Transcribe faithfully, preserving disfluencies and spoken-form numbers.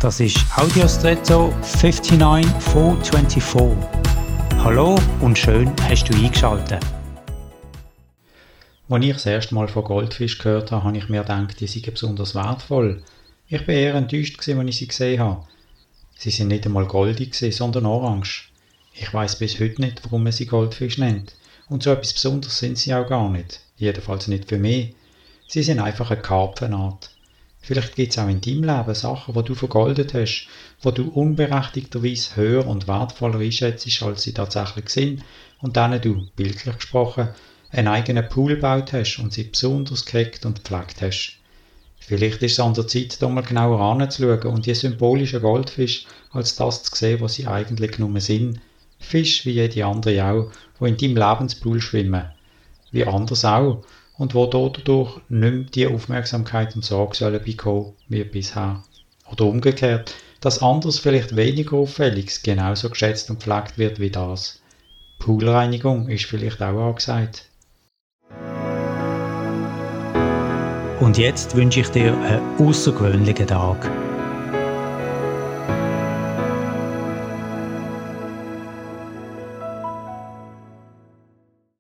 Das ist Audiostretto neunundfünfzig vier vierundzwanzig. Hallo und schön hast du eingeschaltet. Als ich das erste Mal von Goldfisch gehört habe, habe ich mir gedacht, die seien besonders wertvoll. Ich war eher enttäuscht, als ich sie gesehen habe. Sie sind nicht einmal goldig, sondern orange. Ich weiss bis heute nicht, warum man sie Goldfisch nennt. Und so etwas Besonderes sind sie auch gar nicht. Jedenfalls nicht für mich. Sie sind einfach eine Karpfenart. Vielleicht gibt es auch in deinem Leben Sachen, die du vergoldet hast, die du unberechtigterweise höher und wertvoller einschätzt, als sie tatsächlich sind, und denen du, bildlich gesprochen, einen eigenen Pool gebaut hast und sie besonders gehegt und gepflegt hast. Vielleicht ist es an der Zeit, da mal genauer anzuschauen und die symbolischen Goldfisch als das zu sehen, was sie eigentlich nur sind. Fisch wie jede andere auch, die in deinem Lebenspool schwimmen. Wie anders auch. Und wo dadurch nicht mehr die Aufmerksamkeit und Sorge sollen bekommen wie bisher. Oder umgekehrt, dass anders vielleicht weniger auffälliges genauso geschätzt und gepflegt wird wie das. Poolreinigung ist vielleicht auch angesagt. Und jetzt wünsche ich dir einen außergewöhnlichen Tag.